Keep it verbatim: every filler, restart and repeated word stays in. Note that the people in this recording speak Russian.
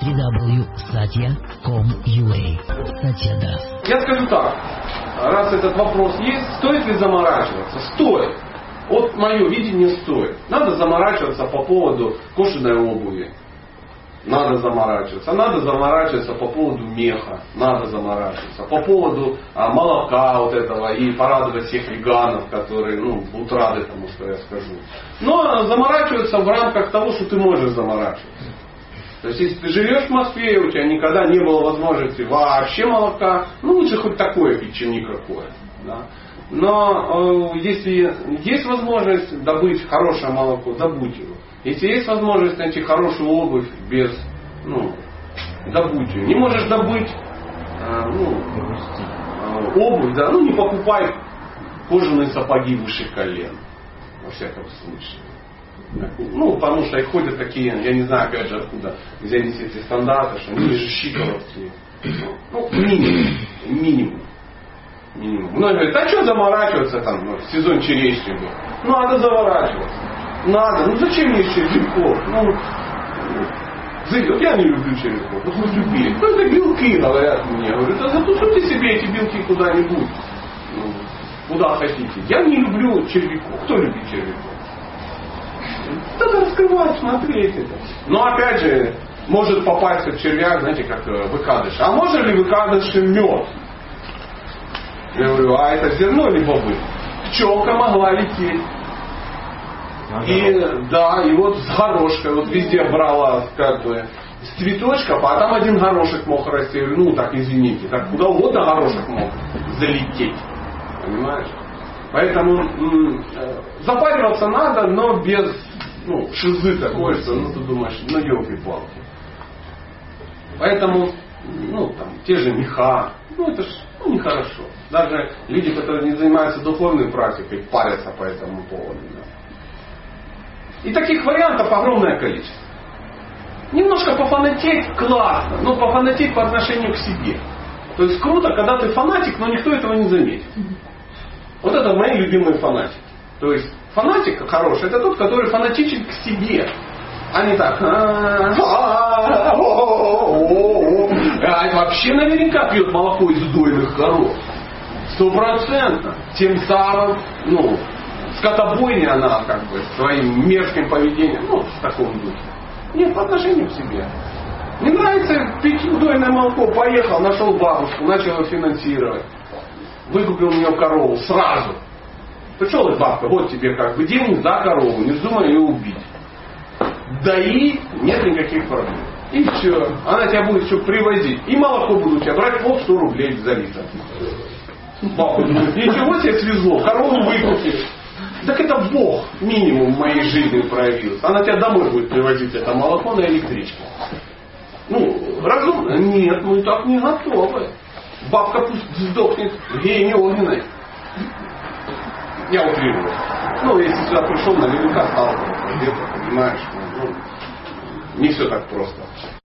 три дабл ю точка сатья точка ком точка ю а. Сатья даст. Я скажу так, раз этот вопрос есть, стоит ли заморачиваться? Стоит. Вот мое видение стоит. Надо заморачиваться по поводу кожаной обуви. Надо заморачиваться. Надо заморачиваться по поводу меха. Надо заморачиваться. По поводу а, молока вот этого. И порадовать всех веганов, которые ну, будут рады тому, что я скажу. Но заморачиваться в рамках того, что ты можешь заморачиваться. То есть, если ты живешь в Москве, у тебя никогда не было возможности вообще молока, ну лучше хоть такое пить, чем никакое. Да? Но э, если есть возможность добыть хорошее молоко, добудь его. Если есть возможность найти хорошую обувь без, ну, добудь ее. Не можешь добыть э, ну, э, обувь, да, ну не покупай кожаные сапоги выше колен. Во всяком случае. Ну, потому что их ходят такие, я не знаю, опять же, откуда взялись эти стандарты, что они же щиколотки. Ну, минимум. Минимум. Минимум. Многие говорят, а что заморачиваться там, ну, в сезон черешни был? Надо заворачиваться. Надо. Ну зачем мне червяков? Ну, вот я не люблю червяков. Ну хоть любили. Ну это белки, говорят мне. Говорят, а запустите себе эти белки куда-нибудь. Ну, куда хотите. Я не люблю червяков. Кто любит червяков? Надо раскрывать, смотреть это. Но опять же, может попасть в червяк, знаете, как выкадыш. А может ли выкадыш мед? Я говорю, а это зерно или бобы? Пчелка могла лететь. И да, и вот с горошкой, вот везде брала как бы с цветочков, а там один горошек мог расти. Ну так, извините, так куда угодно горошек мог залететь. Понимаешь? Поэтому м- запариваться надо, но без ну, шизы такой, что ну ты думаешь, ну елки-палки. Поэтому, ну там, те же меха, ну это ж ну, нехорошо. Даже люди, которые не занимаются духовной практикой, парятся по этому поводу. Да. И таких вариантов огромное количество. Немножко пофанатеть классно, но пофанатеть по отношению к себе. То есть круто, когда ты фанатик, но никто этого не заметит. Вот это мои любимые фанатики. То есть фанатик хороший, это тот, который фанатичен к себе. А не так. А вообще наверняка пьет молоко из дойных коров. Стопроцентно. Тем самым, ну, скотобойня она как бы своим мерзким поведением, ну, в таком духе. Нет, по отношению к себе. Не нравится пить дойное молоко, поехал, нашел бабушку, начал ее финансировать. Выкупил у нее корову сразу. Пришел и бабка, вот тебе как бы деньги за корову, не вздумай ее убить. Да и нет никаких проблем. И все. Она тебя будет еще привозить. И молоко будут у тебя брать пол сто рублей за литр. Бабка думает, ничего себе свезло, корову выкупил. Так это Бог минимум в моей жизни проявился. Она тебя домой будет привозить это молоко на электричке. Ну, разумно? Нет, мы так не готовы. Бабка пусть сдохнет в гене огненной. Я утрирую. Ну, если сюда пришел, наверняка сталкивался где-то, понимаешь. Ну, не все так просто.